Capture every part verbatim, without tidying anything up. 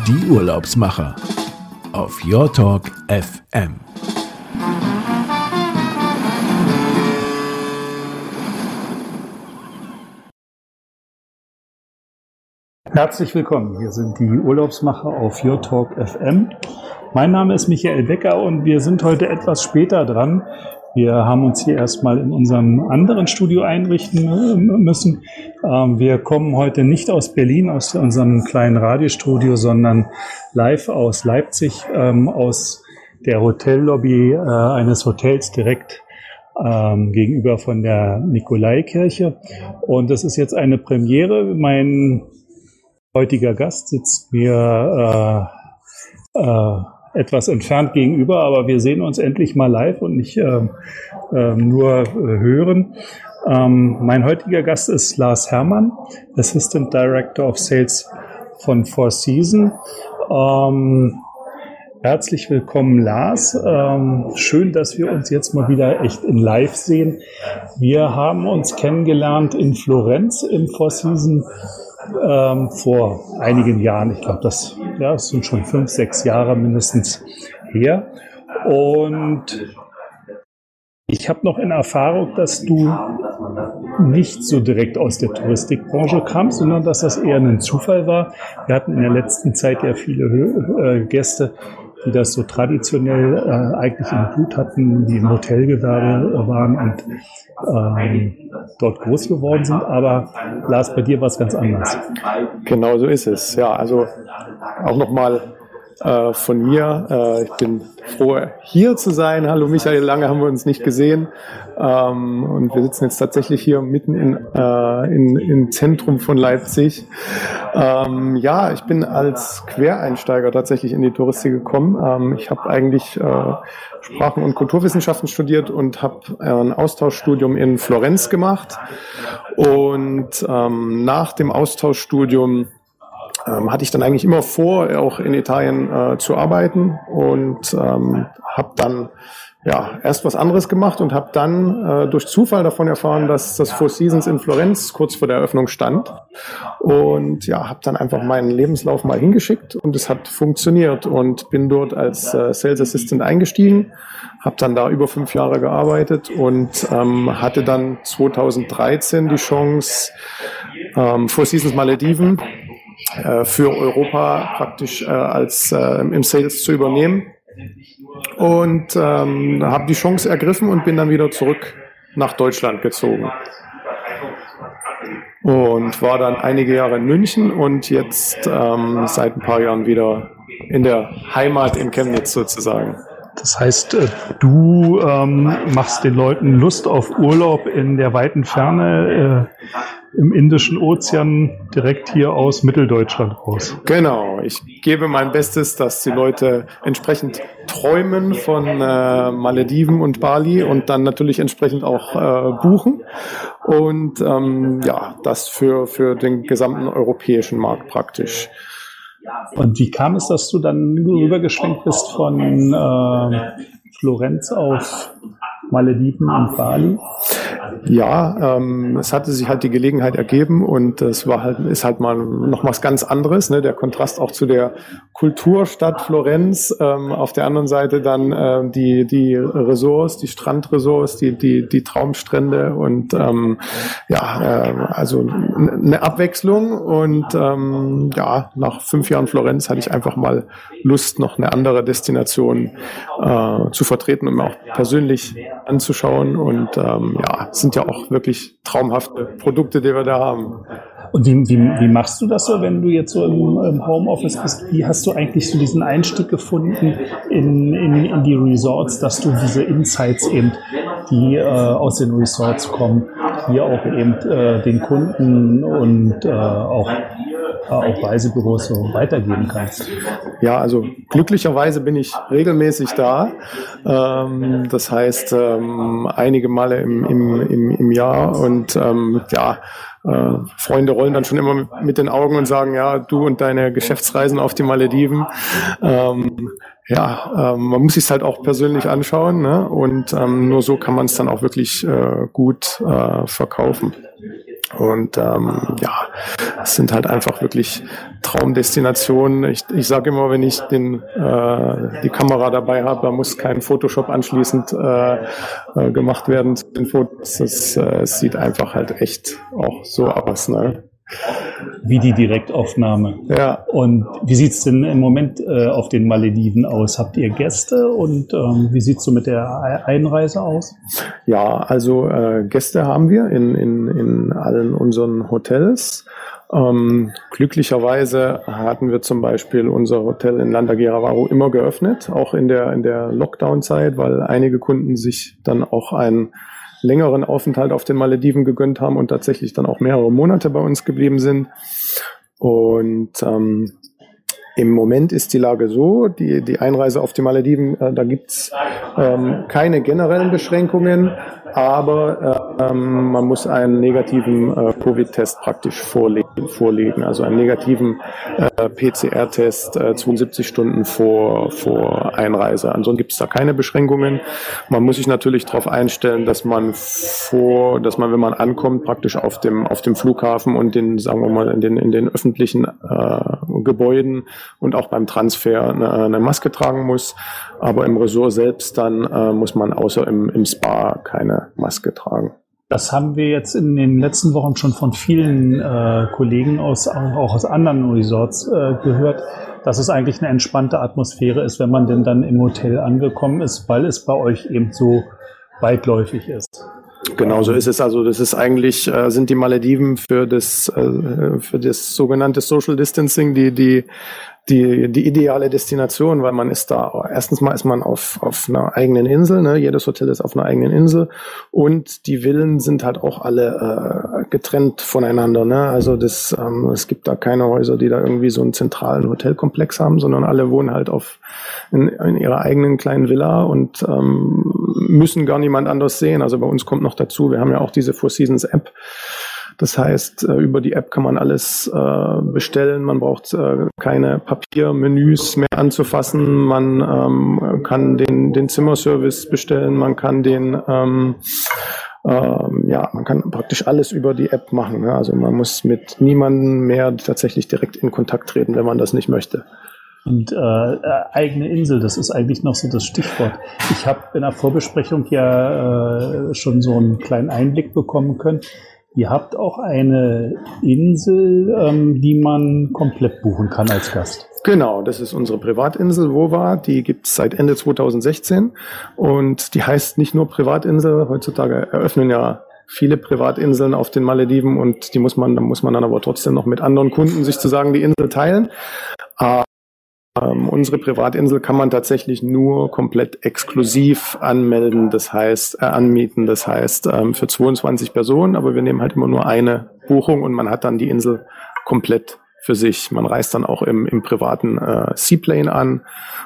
Die Urlaubsmacher auf Your Talk F M. Herzlich willkommen, hier sind die Urlaubsmacher auf Your Talk F M. Mein Name ist Michael Becker und wir sind heute etwas später dran. Wir haben uns hier erstmal in unserem anderen Studio einrichten müssen. Wir kommen heute nicht aus Berlin, aus unserem kleinen Radiostudio, sondern live aus Leipzig, aus der Hotellobby eines Hotels direkt gegenüber von der Nikolaikirche. Und das ist jetzt eine Premiere. Mein heutiger Gast sitzt mir äh, äh, etwas entfernt gegenüber, aber wir sehen uns endlich mal live und nicht äh, äh, nur äh, hören. Ähm, mein heutiger Gast ist Lars Herrmann, Assistant Director of Sales von Four Seasons. Ähm, herzlich willkommen, Lars. Ähm, schön, dass wir uns jetzt mal wieder echt in live sehen. Wir haben uns kennengelernt in Florenz im Four Seasons Ähm, vor einigen Jahren. Ich glaube, das, ja, das sind schon fünf, sechs Jahre mindestens her. Und ich habe noch in Erfahrung, dass du nicht so direkt aus der Touristikbranche kamst, sondern dass das eher ein Zufall war. Wir hatten in der letzten Zeit ja viele äh, Gäste, die das so traditionell äh, eigentlich im Blut hatten, die im Hotelgewerbe äh, waren und ähm, dort groß geworden sind. Aber Lars, bei dir war es ganz anders. Genau so ist es. Ja, also auch nochmal äh, von mir. Äh, ich bin froh, hier zu sein. Hallo Michael, lange haben wir uns nicht gesehen. Ähm, und wir sitzen jetzt tatsächlich hier mitten in, äh, in, im Zentrum von Leipzig. Ähm, ja, ich bin als Quereinsteiger tatsächlich in die Touristik gekommen. Ähm, ich habe eigentlich äh, Sprachen- und Kulturwissenschaften studiert und habe äh, ein Austauschstudium in Florenz gemacht. Und ähm, nach dem Austauschstudium ähm, hatte ich dann eigentlich immer vor, auch in Italien äh, zu arbeiten und ähm, habe dann ja erst was anderes gemacht und habe dann äh, durch Zufall davon erfahren, dass das Four Seasons in Florenz kurz vor der Eröffnung stand und ja, habe dann einfach meinen Lebenslauf mal hingeschickt und es hat funktioniert und bin dort als äh, Sales Assistant eingestiegen, habe dann da über fünf Jahre gearbeitet und ähm, hatte dann zweitausenddreizehn die Chance, ähm, Four Seasons Malediven äh, für Europa praktisch äh, als äh, im Sales zu übernehmen. Und ähm, habe die Chance ergriffen und bin dann wieder zurück nach Deutschland gezogen. Und war dann einige Jahre in München und jetzt ähm, seit ein paar Jahren wieder in der Heimat in Chemnitz sozusagen. Das heißt, du ähm, machst den Leuten Lust auf Urlaub in der weiten Ferne äh, im Indischen Ozean direkt hier aus Mitteldeutschland raus. Genau, ich gebe mein Bestes, dass die Leute entsprechend träumen von äh, Malediven und Bali und dann natürlich entsprechend auch äh, buchen und ähm, ja, das für, für den gesamten europäischen Markt praktisch. Und wie kam es, dass du dann rübergeschwenkt bist von äh, Florenz auf Malediven und Bali? Ja, ähm, es hatte sich halt die Gelegenheit ergeben und es war halt, ist halt mal noch was ganz anderes, ne? Der Kontrast auch zu der Kulturstadt Florenz, ähm, auf der anderen Seite dann äh, die die Resorts, die Strandresorts, die die die Traumstrände und ähm, ja, äh, also eine Abwechslung und ähm, ja, nach fünf Jahren Florenz hatte ich einfach mal Lust, noch eine andere Destination äh, zu vertreten und mir auch persönlich anzuschauen und ähm, ja, es sind ja auch wirklich traumhafte Produkte, die wir da haben. Und wie, wie, wie machst du das so, wenn du jetzt so im, im Homeoffice bist? Wie hast du eigentlich so diesen Einstieg gefunden in, in, in die Resorts, dass du diese Insights eben, die äh, aus den Resorts kommen, hier auch eben äh, den Kunden und äh, auch, äh, auch Reisebüros so weitergeben kannst? Ja, also glücklicherweise bin ich regelmäßig da. Ähm, das heißt, ähm, einige Male im, im, im, im Jahr und ähm, ja, Äh, Freunde rollen dann schon immer mit den Augen und sagen, ja, du und deine Geschäftsreisen auf die Malediven. Ähm, ja, ähm, man muss sich halt auch persönlich anschauen, ne? Und ähm, nur so kann man es dann auch wirklich äh, gut äh, verkaufen. Und ähm, ja, es sind halt einfach wirklich Traumdestinationen. Ich, ich sage immer, wenn ich den, äh, die Kamera dabei habe, da muss kein Photoshop anschließend äh, äh, gemacht werden zu den Fotos. Das äh, sieht einfach halt echt auch so aus, ne? Wie die Direktaufnahme. Ja. Und wie sieht's denn im Moment äh, auf den Malediven aus? Habt ihr Gäste und ähm, wie sieht's so mit der Einreise aus? Ja, also äh, Gäste haben wir in, in, in allen unseren Hotels. Ähm, glücklicherweise hatten wir zum Beispiel unser Hotel in Landaguerravaro immer geöffnet, auch in der, in der Lockdown-Zeit, weil einige Kunden sich dann auch einen längeren Aufenthalt auf den Malediven gegönnt haben und tatsächlich dann auch mehrere Monate bei uns geblieben sind. Und ähm, im Moment ist die Lage so, die, die Einreise auf die Malediven, äh, da gibt's ähm, keine generellen Beschränkungen, aber äh, ähm, man muss einen negativen äh, Covid-Test praktisch vorlegen, vorlegen, also einen negativen äh, P C R-Test äh, zweiundsiebzig Stunden vor, vor Einreise. Ansonsten gibt's da keine Beschränkungen. Man muss sich natürlich darauf einstellen, dass man vor, dass man, wenn man ankommt, praktisch auf dem auf dem Flughafen und den, sagen wir mal, in den in den öffentlichen äh, Gebäuden und auch beim Transfer eine, eine Maske tragen muss. Aber im Resort selbst dann äh, muss man außer im, im Spa keine Maske tragen. Das haben wir jetzt in den letzten Wochen schon von vielen äh, Kollegen aus, auch aus anderen Resorts äh, gehört, dass es eigentlich eine entspannte Atmosphäre ist, wenn man denn dann im Hotel angekommen ist, weil es bei euch eben so weitläufig ist. Genau so ist es. Also das ist eigentlich, äh, sind die Malediven für das, äh, für das sogenannte Social Distancing die, die, die, die ideale Destination, weil man ist da, erstens mal ist man auf, auf einer eigenen Insel, ne? Jedes Hotel ist auf einer eigenen Insel und die Villen sind halt auch alle äh, getrennt voneinander, ne? Also das, ähm, es gibt da keine Häuser, die da irgendwie so einen zentralen Hotelkomplex haben, sondern alle wohnen halt auf, in, in ihrer eigenen kleinen Villa und ähm, müssen gar niemand anders sehen. Also bei uns kommt noch dazu, wir haben ja auch diese Four Seasons App. Das heißt, über die App kann man alles äh, bestellen. Man braucht äh, keine Papiermenüs mehr anzufassen. Man ähm, kann den, den Zimmerservice bestellen. Man kann den, ähm, ähm, ja, man kann praktisch alles über die App machen. Ne? Also man muss mit niemandem mehr tatsächlich direkt in Kontakt treten, wenn man das nicht möchte. Und äh, eigene Insel, das ist eigentlich noch so das Stichwort. Ich habe in der Vorbesprechung ja äh, schon so einen kleinen Einblick bekommen können. Ihr habt auch eine Insel, ähm, die man komplett buchen kann als Gast. Genau, das ist unsere Privatinsel Wova. Die gibt's seit Ende zweitausendsechzehn und die heißt nicht nur Privatinsel. Heutzutage eröffnen ja viele Privatinseln auf den Malediven und die muss man, da muss man dann aber trotzdem noch mit anderen Kunden sich sozusagen die Insel teilen. Aber Ähm, unsere Privatinsel kann man tatsächlich nur komplett exklusiv anmelden, das heißt, äh, anmieten, das heißt, ähm, für zweiundzwanzig Personen, aber wir nehmen halt immer nur eine Buchung und man hat dann die Insel komplett für sich. Man reist dann auch im, im privaten äh, Seaplane an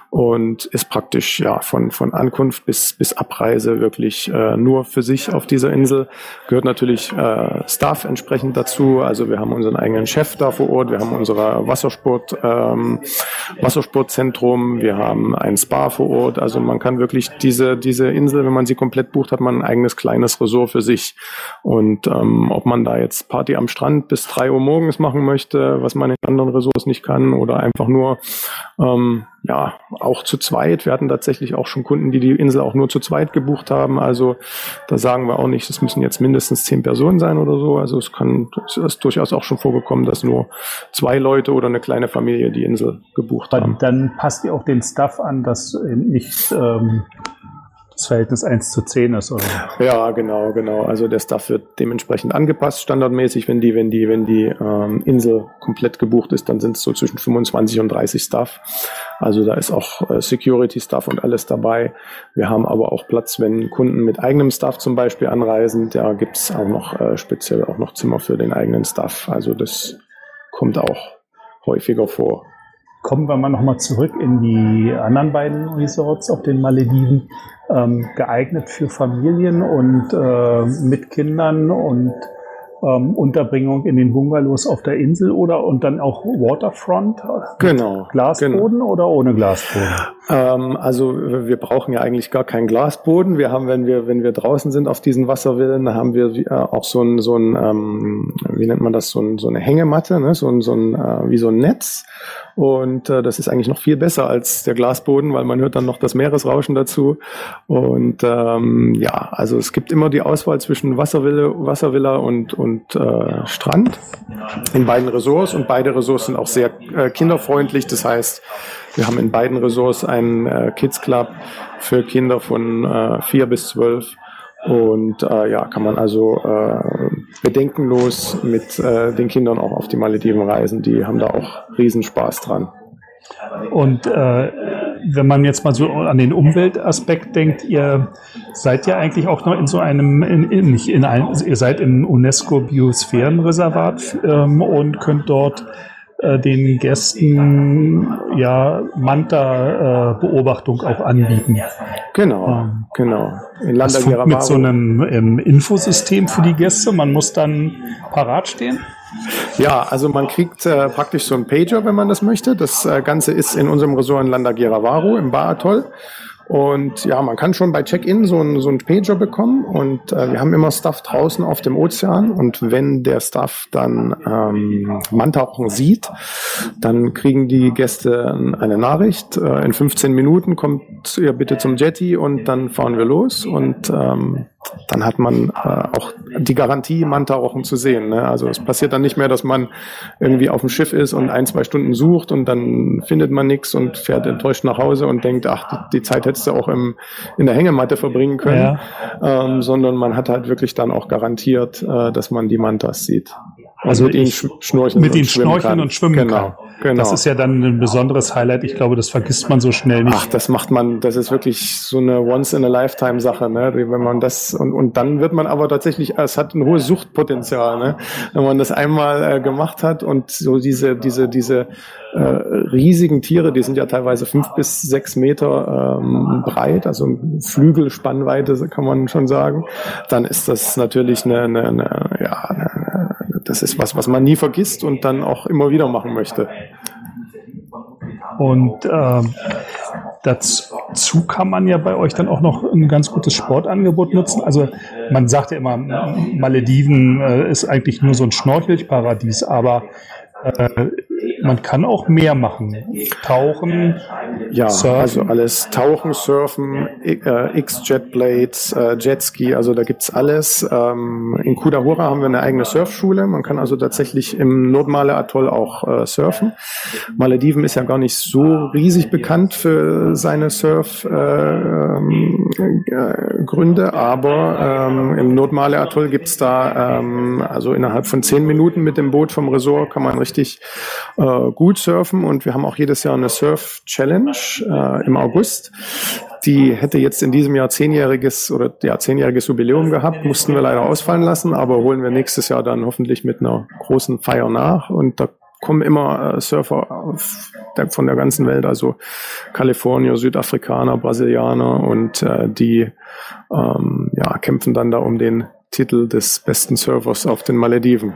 und ist praktisch ja von von Ankunft bis bis Abreise wirklich äh, nur für sich auf dieser Insel. Gehört natürlich äh, Staff entsprechend dazu. Also wir haben unseren eigenen Chef da vor Ort, wir haben unser Wassersport ähm, Wassersportzentrum, wir haben ein Spa vor Ort. Also man kann wirklich diese diese Insel, wenn man sie komplett bucht, hat man ein eigenes kleines Resort für sich. Und ähm, ob man da jetzt Party am Strand bis drei Uhr morgens machen möchte, was man in anderen Resorts nicht kann, oder einfach nur ähm, ja, auch zu zweit. Wir hatten tatsächlich auch schon Kunden, die die Insel auch nur zu zweit gebucht haben. Also da sagen wir auch nicht, es müssen jetzt mindestens zehn Personen sein oder so. Also es kann, es ist durchaus auch schon vorgekommen, dass nur zwei Leute oder eine kleine Familie die Insel gebucht haben. Dann passt ihr auch den Staff an, dass nicht ähm, das Verhältnis eins zu zehn ist, oder? Ja, genau, genau. Also der Staff wird dementsprechend angepasst, standardmäßig. Wenn die, wenn die, wenn die ähm, Insel komplett gebucht ist, dann sind es so zwischen fünfundzwanzig und dreißig Staff. Also da ist auch äh, Security-Staff und alles dabei. Wir haben aber auch Platz, wenn Kunden mit eigenem Staff zum Beispiel anreisen. Da gibt's auch noch äh, speziell auch noch Zimmer für den eigenen Staff. Also das kommt auch häufiger vor. Kommen wir mal nochmal zurück in die anderen beiden Resorts auf den Malediven. Ähm, geeignet für Familien und äh, mit Kindern und ähm, Unterbringung in den Bungalows auf der Insel oder und dann auch Waterfront? Genau. Glasboden genau. oder ohne Glasboden? Ähm, also wir brauchen ja eigentlich gar keinen Glasboden. Wir haben, wenn wir wenn wir draußen sind auf diesen Wasservillen, haben wir äh, auch so ein so ein ähm, wie nennt man das, so, ein, so eine Hängematte, ne? so ein so ein äh, wie so ein Netz. Und äh, das ist eigentlich noch viel besser als der Glasboden, weil man hört dann noch das Meeresrauschen dazu. Und ähm, ja, also es gibt immer die Auswahl zwischen Wasserville, Wasservilla und und äh, Strand in beiden Resorts. Und beide Resorts sind auch sehr äh, kinderfreundlich. Das heißt, wir haben in beiden Resorts einen äh, Kids Club für Kinder von äh, vier bis zwölf. Und äh, ja, kann man also äh, bedenkenlos mit äh, den Kindern auch auf die Malediven reisen. Die haben da auch Riesenspaß dran. Und äh, wenn man jetzt mal so an den Umweltaspekt denkt, ihr seid ja eigentlich auch noch in so einem, in, in, nicht in einem, ihr seid im UNESCO-Biosphärenreservat ähm, und könnt dort äh, den Gästen ja Manta-Beobachtung äh, auch anbieten. Genau, ähm, genau. In das Landa mit so einem ähm, Infosystem für die Gäste. Man muss dann parat stehen. Ja, also man kriegt äh, praktisch so einen Pager, wenn man das möchte. Das äh, Ganze ist in unserem Resort in Landa Giravaru im Ba-Atoll. Und ja, man kann schon bei Check-in so einen so einen Pager bekommen und äh, wir haben immer Staff draußen auf dem Ozean und wenn der Staff dann ähm, Mantauchen sieht, dann kriegen die Gäste eine Nachricht. Äh, in fünfzehn Minuten kommt ihr bitte zum Jetty und dann fahren wir los und ähm, dann hat man äh, auch die Garantie, Mantauchen zu sehen. Ne? Also es passiert dann nicht mehr, dass man irgendwie auf dem Schiff ist und ein, zwei Stunden sucht und dann findet man nichts und fährt enttäuscht nach Hause und denkt, ach, die, die Zeit hättest du auch im, in der Hängematte verbringen können. Ja. Ähm, sondern man hat halt wirklich dann auch garantiert, äh, dass man die Mantas sieht. Also mit ihnen schnorcheln mit ihnen schnorcheln und schwimmen genau, kann. Genau. Das ist ja dann ein besonderes Highlight. Ich glaube, das vergisst man so schnell nicht. Ach, das macht man, das ist wirklich so eine Once-in-a-Lifetime-Sache, ne? Wenn man das, und, und dann wird man aber tatsächlich, es hat ein hohes Suchtpotenzial, ne? Wenn man das einmal äh, gemacht hat und so diese, diese, diese äh, riesigen Tiere, die sind ja teilweise fünf bis sechs Meter ähm, breit, also Flügelspannweite, kann man schon sagen, dann ist das natürlich eine, eine, eine ja, eine, das ist was, was man nie vergisst und dann auch immer wieder machen möchte. Und äh, dazu kann man ja bei euch dann auch noch ein ganz gutes Sportangebot nutzen. Also man sagt ja immer, Malediven äh, ist eigentlich nur so ein Schnorchelparadies, aber äh, man kann auch mehr machen. Tauchen, ja, surfen. Also alles Tauchen, Surfen, äh, X-Jetblades, äh, Jetski, also da gibt's alles. Ähm, in Kudahora haben wir eine eigene Surfschule. Man kann also tatsächlich im Nordmale-Atoll auch äh, surfen. Malediven ist ja gar nicht so riesig bekannt für seine Surfgründe, äh, äh, aber ähm, im Nordmale-Atoll gibt's da, ähm, also innerhalb von zehn Minuten mit dem Boot vom Resort kann man richtig äh, gut surfen und wir haben auch jedes Jahr eine Surf-Challenge äh, im August. Die hätte jetzt in diesem Jahr zehnjähriges oder ja zehnjähriges Jubiläum gehabt, mussten wir leider ausfallen lassen, aber holen wir nächstes Jahr dann hoffentlich mit einer großen Feier nach und da kommen immer äh, Surfer auf der, von der ganzen Welt, also Kalifornier, Südafrikaner, Brasilianer und äh, die ähm, ja, kämpfen dann da um den Titel des besten Surfers auf den Malediven.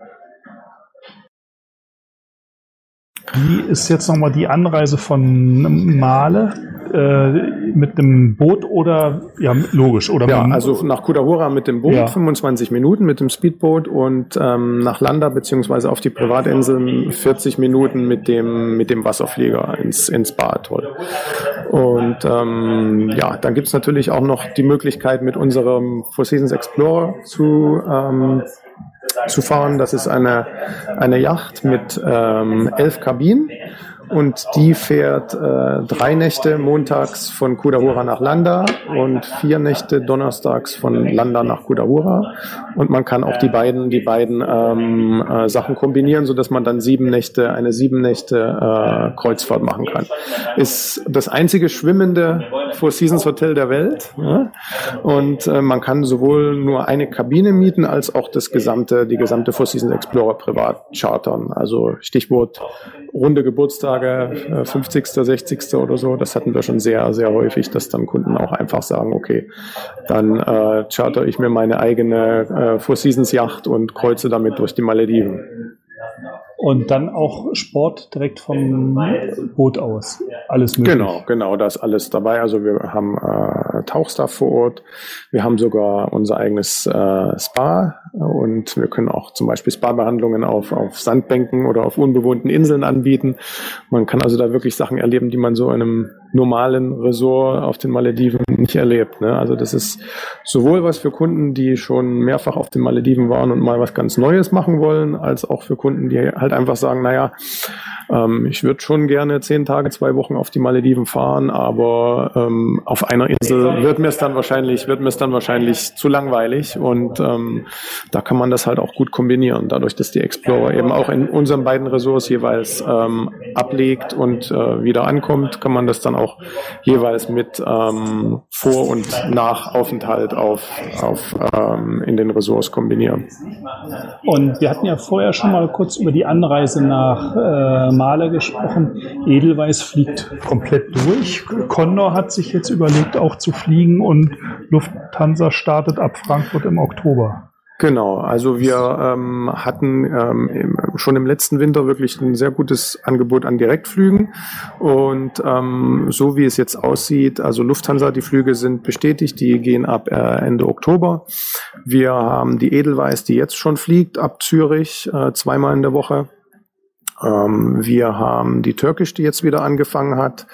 Wie ist jetzt nochmal die Anreise von Male? Äh, mit einem Boot oder, ja, logisch, oder? Ja, mit also nach Kudahora mit dem Boot, ja. fünfundzwanzig Minuten mit dem Speedboot und ähm, nach Landa beziehungsweise auf die Privatinseln vierzig Minuten mit dem mit dem Wasserflieger ins, ins Ba-Atoll. Und ähm, ja, dann gibt's natürlich auch noch die Möglichkeit mit unserem Four Seasons Explorer zu ähm, zu fahren. Das ist eine, eine Yacht mit ähm, elf Kabinen und die fährt äh, drei Nächte montags von Kudahora nach Landa und vier Nächte donnerstags von Landa nach Kudahora und man kann auch die beiden die beiden ähm, äh, Sachen kombinieren, so dass man dann sieben Nächte eine sieben Nächte äh, Kreuzfahrt machen kann. Ist das einzige schwimmende Four Seasons Hotel der Welt, ja? Und äh, man kann sowohl nur eine Kabine mieten als auch das gesamte die gesamte Four Seasons Explorer privat chartern. Also Stichwort runde Geburtstage Tage, fünfzigsten, sechzigsten oder so. Das hatten wir schon sehr, sehr häufig, dass dann Kunden auch einfach sagen, okay, dann äh, charter ich mir meine eigene äh, Four Seasons Yacht und kreuze damit durch die Malediven. Und dann auch Sport direkt vom Boot aus. Alles möglich. Genau, genau, da ist alles dabei. Also wir haben äh, Tauchstaff vor Ort. Wir haben sogar unser eigenes äh, Spa und wir können auch zum Beispiel Spa-Behandlungen auf, auf Sandbänken oder auf unbewohnten Inseln anbieten. Man kann also da wirklich Sachen erleben, die man so in einem normalen Resort auf den Malediven nicht erlebt. Ne? Also das ist sowohl was für Kunden, die schon mehrfach auf den Malediven waren und mal was ganz Neues machen wollen, als auch für Kunden, die halt einfach sagen, naja, ähm, ich würde schon gerne zehn Tage, zwei Wochen auf die Malediven fahren, aber ähm, auf einer Insel wird mir es dann wahrscheinlich, wird mir es dann wahrscheinlich zu langweilig und ähm, da kann man das halt auch gut kombinieren, dadurch, dass die Explorer eben auch in unseren beiden Ressorts jeweils ähm, ablegt und äh, wieder ankommt, kann man das dann auch jeweils mit ähm, Vor- und Nachaufenthalt auf, auf ähm, in den Ressorts kombinieren. Und wir hatten ja vorher schon mal kurz über die Anreise nach äh, Male gesprochen. Edelweiss fliegt komplett durch. Condor hat sich jetzt überlegt, auch zu fliegen und Lufthansa startet ab Frankfurt im Oktober. Genau, also wir ähm, hatten ähm, im, schon im letzten Winter wirklich ein sehr gutes Angebot an Direktflügen und ähm, so wie es jetzt aussieht, also Lufthansa, die Flüge sind bestätigt, die gehen ab äh, Ende Oktober. Wir haben die Edelweiss, die jetzt schon fliegt, ab Zürich, äh, zweimal in der Woche. Ähm, wir haben die Turkish, die jetzt wieder angefangen hat.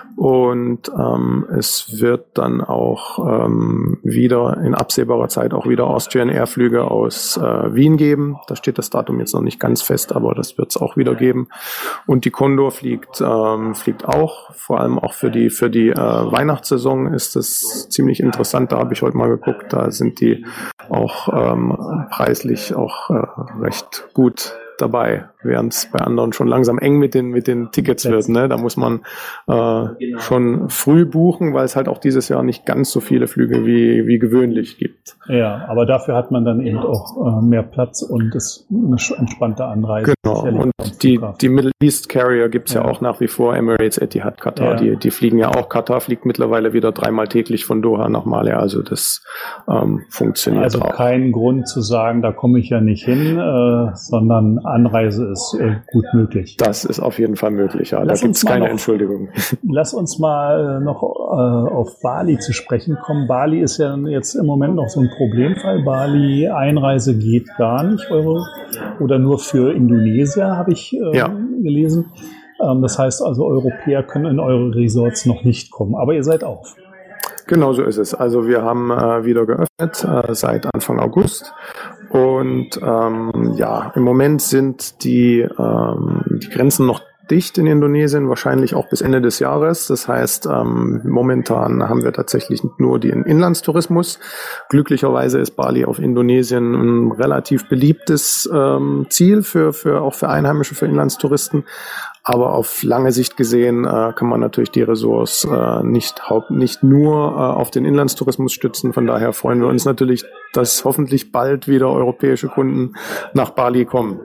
Und ähm, es wird dann auch ähm, wieder in absehbarer Zeit auch wieder Austrian Air Flüge aus äh, Wien geben. Da steht das Datum jetzt noch nicht ganz fest, aber das wird es auch wieder geben. Und die Condor fliegt ähm, fliegt auch, vor allem auch für die für die äh, Weihnachtssaison ist das ziemlich interessant. Da habe ich heute mal geguckt, da sind die auch ähm, preislich auch äh, recht gut dabei, während es bei anderen schon langsam eng mit den mit den Tickets wird. Ne? Da muss man äh, schon früh buchen, weil es halt auch dieses Jahr nicht ganz so viele Flüge wie wie gewöhnlich gibt. Ja, aber dafür hat man dann eben auch äh, mehr Platz und ist eine entspannte Anreise. Genau. Und die die Middle East Carrier gibt's ja. ja auch nach wie vor, Emirates, Etihad, Katar. Ja. Die die fliegen ja auch. Katar fliegt mittlerweile wieder dreimal täglich von Doha nach Male. Also das ähm, funktioniert also auch. Also kein Grund zu sagen, da komme ich ja nicht hin, äh, sondern Anreise ist äh, gut möglich. Das ist auf jeden Fall möglich, ja. Lass da gibt es keine noch, Entschuldigung. Lass uns mal noch äh, auf Bali zu sprechen kommen. Bali ist ja jetzt im Moment noch so ein Problemfall. Bali Einreise geht gar nicht, eure, oder nur für Indonesier, habe ich äh, ja. gelesen. Ähm, das heißt also, Europäer können in eure Resorts noch nicht kommen, aber ihr seid auf. Genau so ist es. Also wir haben äh, wieder geöffnet äh, seit Anfang August und ähm, ja, im Moment sind die, ähm, die Grenzen noch dicht in Indonesien, wahrscheinlich auch bis Ende des Jahres. Das heißt, ähm, momentan haben wir tatsächlich nur den Inlandstourismus. Glücklicherweise ist Bali auf Indonesien ein relativ beliebtes ähm, Ziel für, für auch für Einheimische, für Inlandstouristen. Aber auf lange Sicht gesehen äh, kann man natürlich die Ressorts äh, nicht, haupt, nicht nur äh, auf den Inlandstourismus stützen. Von daher freuen wir uns natürlich, dass hoffentlich bald wieder europäische Kunden nach Bali kommen.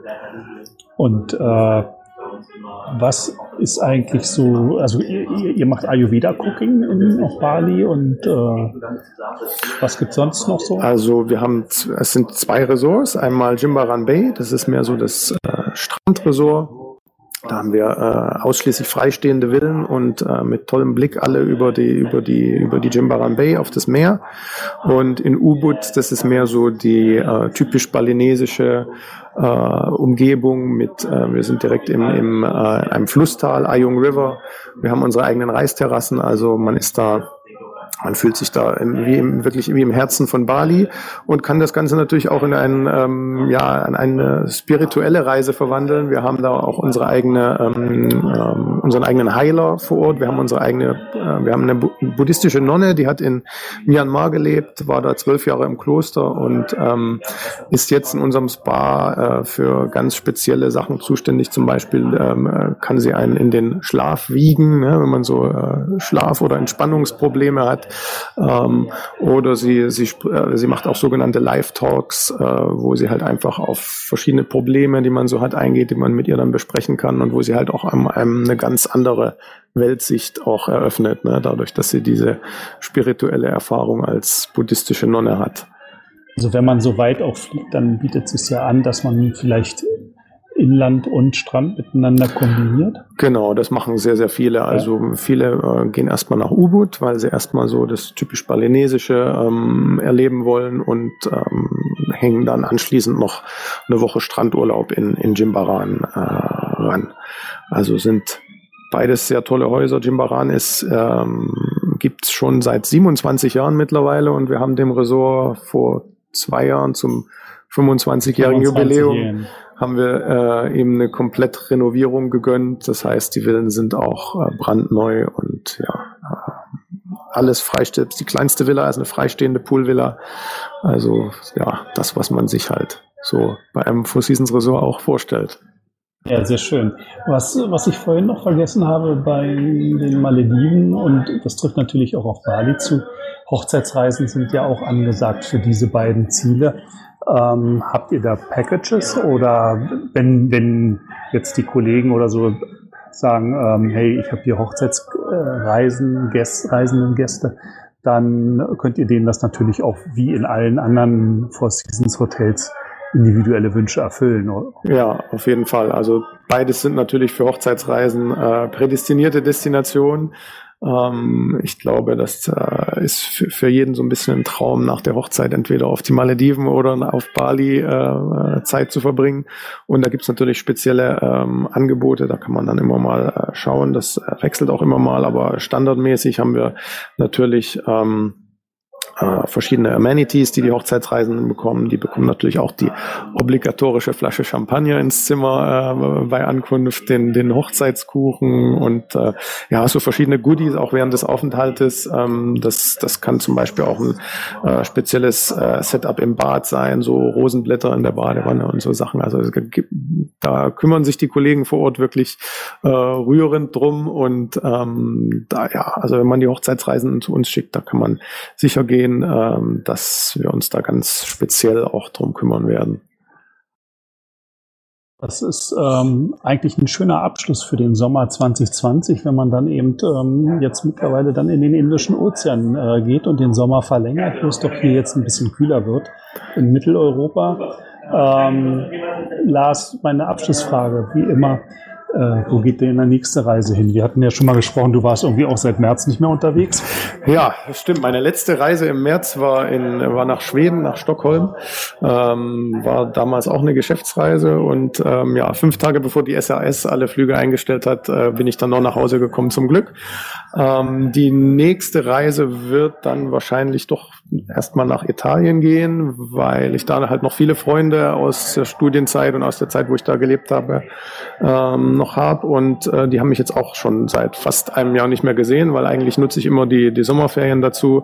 Und äh, was ist eigentlich so, also ihr, ihr macht Ayurveda-Cooking auf Bali und äh, was gibt's sonst noch so? Also wir haben, es sind zwei Ressorts, einmal Jimbaran Bay, das ist mehr so das äh, Strandresort. Da haben wir äh, ausschließlich freistehende Villen und äh, mit tollem Blick alle über die über die über die Jimbaran Bay auf das Meer. Und in Ubud, das ist mehr so die äh, typisch balinesische äh, Umgebung mit. Äh, wir sind direkt im im äh, einem Flusstal, Ayung River. Wir haben unsere eigenen Reisterrassen, also man ist da. Man fühlt sich da im, wie im, wirklich wie im Herzen von Bali und kann das Ganze natürlich auch in einen, ähm, ja, in eine spirituelle Reise verwandeln. Wir haben da auch unsere eigene, ähm, ähm, unseren eigenen Heiler vor Ort. Wir haben unsere eigene, äh, wir haben eine bu- buddhistische Nonne, die hat in Myanmar gelebt, war da zwölf Jahre im Kloster und ähm, ist jetzt in unserem Spa äh, für ganz spezielle Sachen zuständig. Zum Beispiel ähm, kann sie einen in den Schlaf wiegen, ne, wenn man so äh, Schlaf- oder Entspannungsprobleme hat. Ähm, oder sie, sie, äh, sie macht auch sogenannte Live-Talks, äh, wo sie halt einfach auf verschiedene Probleme, die man so hat, eingeht, die man mit ihr dann besprechen kann und wo sie halt auch einem, einem eine ganz andere Weltsicht auch eröffnet, ne? Dadurch, dass sie diese spirituelle Erfahrung als buddhistische Nonne hat. Also wenn man so weit auch fliegt, dann bietet es sich ja an, dass man vielleicht Inland und Strand miteinander kombiniert? Genau, das machen sehr, sehr viele. Also ja. viele äh, gehen erstmal nach Ubud, weil sie erstmal so das typisch Balinesische ähm, erleben wollen und ähm, hängen dann anschließend noch eine Woche Strandurlaub in, in Jimbaran äh, ran. Also sind beides sehr tolle Häuser. Jimbaran ist ähm, gibt's schon seit siebenundzwanzig Jahren mittlerweile und wir haben dem Resort vor zwei Jahren zum fünfundzwanzigjährigen Jubiläum Jahren. haben wir äh, eben eine komplett Renovierung gegönnt. Das heißt, die Villen sind auch äh, brandneu und ja, äh, alles freistehend. Die kleinste Villa ist eine freistehende Poolvilla. Also ja, das, was man sich halt so bei einem Four Seasons Resort auch vorstellt. Ja, sehr schön. Was, was ich vorhin noch vergessen habe bei den Malediven, und das trifft natürlich auch auf Bali zu, Hochzeitsreisen sind ja auch angesagt für diese beiden Ziele. Ähm, habt ihr da Packages oder wenn, wenn jetzt die Kollegen oder so sagen, ähm, hey, ich habe hier Hochzeitsreisen, Gäste, reisenden Gäste, dann könnt ihr denen das natürlich auch wie in allen anderen Four Seasons Hotels individuelle Wünsche erfüllen, oder? Ja, auf jeden Fall. Also beides sind natürlich für Hochzeitsreisen äh, prädestinierte Destinationen. Ähm, ich glaube, das äh, ist für, für jeden so ein bisschen ein Traum, nach der Hochzeit entweder auf die Malediven oder auf Bali äh, Zeit zu verbringen. Und da gibt's natürlich spezielle ähm, Angebote, da kann man dann immer mal äh, schauen. Das äh, wechselt auch immer mal, aber standardmäßig haben wir natürlich ähm, Äh, verschiedene Amenities, die die Hochzeitsreisenden bekommen. Die bekommen natürlich auch die obligatorische Flasche Champagner ins Zimmer äh, bei Ankunft, den, den Hochzeitskuchen und äh, ja, so verschiedene Goodies auch während des Aufenthaltes. Ähm, das, das kann zum Beispiel auch ein äh, spezielles äh, Setup im Bad sein, so Rosenblätter in der Badewanne und so Sachen. Also es gibt, da kümmern sich die Kollegen vor Ort wirklich äh, rührend drum und ähm, da ja, also wenn man die Hochzeitsreisenden zu uns schickt, da kann man sicher gehen, dass wir uns da ganz speziell auch drum kümmern werden. Das ist ähm, eigentlich ein schöner Abschluss für den Sommer zwanzig zwanzig, wenn man dann eben ähm, jetzt mittlerweile dann in den Indischen Ozean äh, geht und den Sommer verlängert, wo es doch hier jetzt ein bisschen kühler wird in Mitteleuropa. Ähm, Lars, meine Abschlussfrage, wie immer, Äh, wo geht denn die nächste Reise hin? Wir hatten ja schon mal gesprochen, du warst irgendwie auch seit März nicht mehr unterwegs. Ja, das stimmt. Meine letzte Reise im März war in war nach Schweden, nach Stockholm. Ähm, war damals auch eine Geschäftsreise und ähm, ja, fünf Tage bevor die S A S alle Flüge eingestellt hat, äh, bin ich dann noch nach Hause gekommen, zum Glück. Ähm, die nächste Reise wird dann wahrscheinlich doch erstmal nach Italien gehen, weil ich da halt noch viele Freunde aus der Studienzeit und aus der Zeit, wo ich da gelebt habe, ähm, noch habe und äh, die haben mich jetzt auch schon seit fast einem Jahr nicht mehr gesehen, weil eigentlich nutze ich immer die die Sommerferien dazu,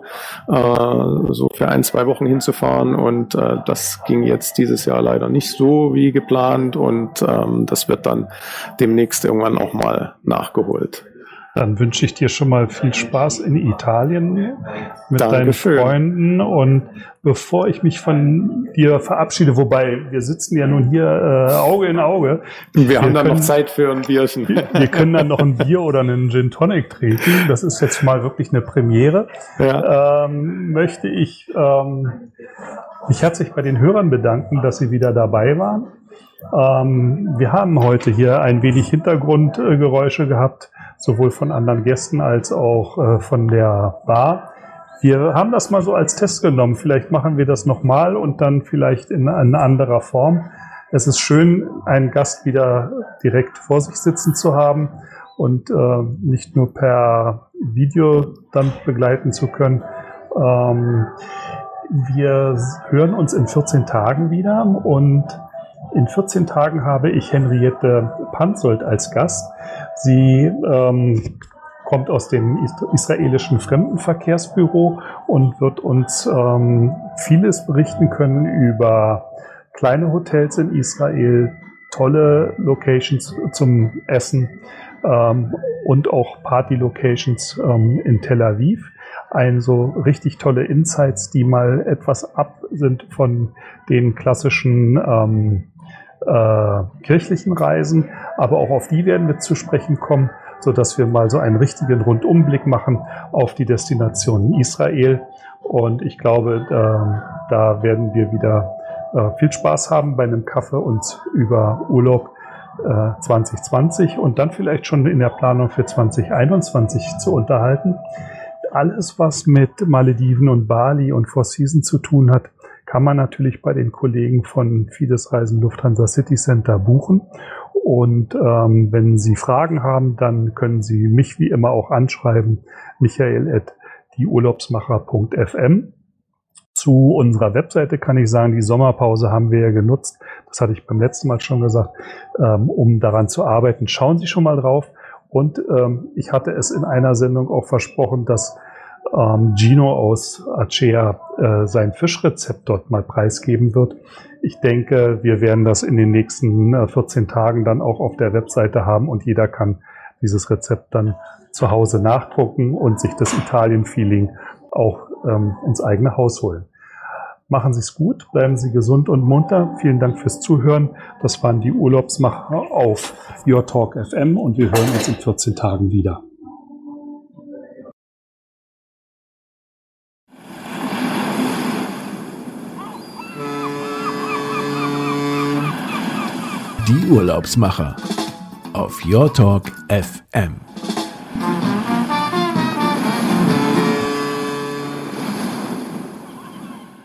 äh, so für ein, zwei Wochen hinzufahren und äh, das ging jetzt dieses Jahr leider nicht so wie geplant und ähm, das wird dann demnächst irgendwann auch mal nachgeholt. Dann wünsche ich dir schon mal viel Spaß in Italien mit Dankeschön. Deinen Freunden. Und bevor ich mich von dir verabschiede, wobei wir sitzen ja nun hier äh, Auge in Auge. Wir, wir haben dann können, noch Zeit für ein Bierchen. Wir, wir können dann noch ein Bier oder einen Gin Tonic trinken. Das ist jetzt mal wirklich eine Premiere. Ja. Ähm, möchte ich ähm, mich herzlich bei den Hörern bedanken, dass sie wieder dabei waren. Ähm, wir haben heute hier ein wenig Hintergrundgeräusche gehabt, sowohl von anderen Gästen als auch äh, von der Bar. Wir haben das mal so als Test genommen. Vielleicht machen wir das nochmal und dann vielleicht in, in anderer Form. Es ist schön, einen Gast wieder direkt vor sich sitzen zu haben und äh, nicht nur per Video dann begleiten zu können. Ähm, wir hören uns in vierzehn Tagen wieder und in vierzehn Tagen habe ich Henriette Panzold als Gast. Sie ähm, kommt aus dem israelischen Fremdenverkehrsbüro und wird uns ähm, vieles berichten können über kleine Hotels in Israel, tolle Locations zum Essen ähm, und auch Party-Locations ähm, in Tel Aviv. ein so richtig tolle Insights, die mal etwas ab sind von den klassischen ähm, äh, kirchlichen Reisen, aber auch auf die werden wir zu sprechen kommen, so dass wir mal so einen richtigen Rundumblick machen auf die Destination Israel. Und ich glaube, äh, da werden wir wieder äh, viel Spaß haben bei einem Kaffee uns über Urlaub äh, zwanzig zwanzig und dann vielleicht schon in der Planung für zwanzig einundzwanzig zu unterhalten. Alles, was mit Malediven und Bali und Four Seasons zu tun hat, kann man natürlich bei den Kollegen von Fides Reisen Lufthansa City Center buchen. Und ähm, wenn Sie Fragen haben, dann können Sie mich wie immer auch anschreiben, michael at dieurlaubsmacher punkt f m. Zu unserer Webseite kann ich sagen, die Sommerpause haben wir ja genutzt, das hatte ich beim letzten Mal schon gesagt, ähm, um daran zu arbeiten. Schauen Sie schon mal drauf. Und ähm, ich hatte es in einer Sendung auch versprochen, dass ähm, Gino aus Acea äh, sein Fischrezept dort mal preisgeben wird. Ich denke, wir werden das in den nächsten äh, vierzehn Tagen dann auch auf der Webseite haben und jeder kann dieses Rezept dann zu Hause nachdrucken und sich das Italien-Feeling auch ähm, ins eigene Haus holen. Machen Sie es gut, bleiben Sie gesund und munter. Vielen Dank fürs Zuhören. Das waren die Urlaubsmacher auf Your Talk F M und wir hören uns in vierzehn Tagen wieder. Die Urlaubsmacher auf Your Talk F M.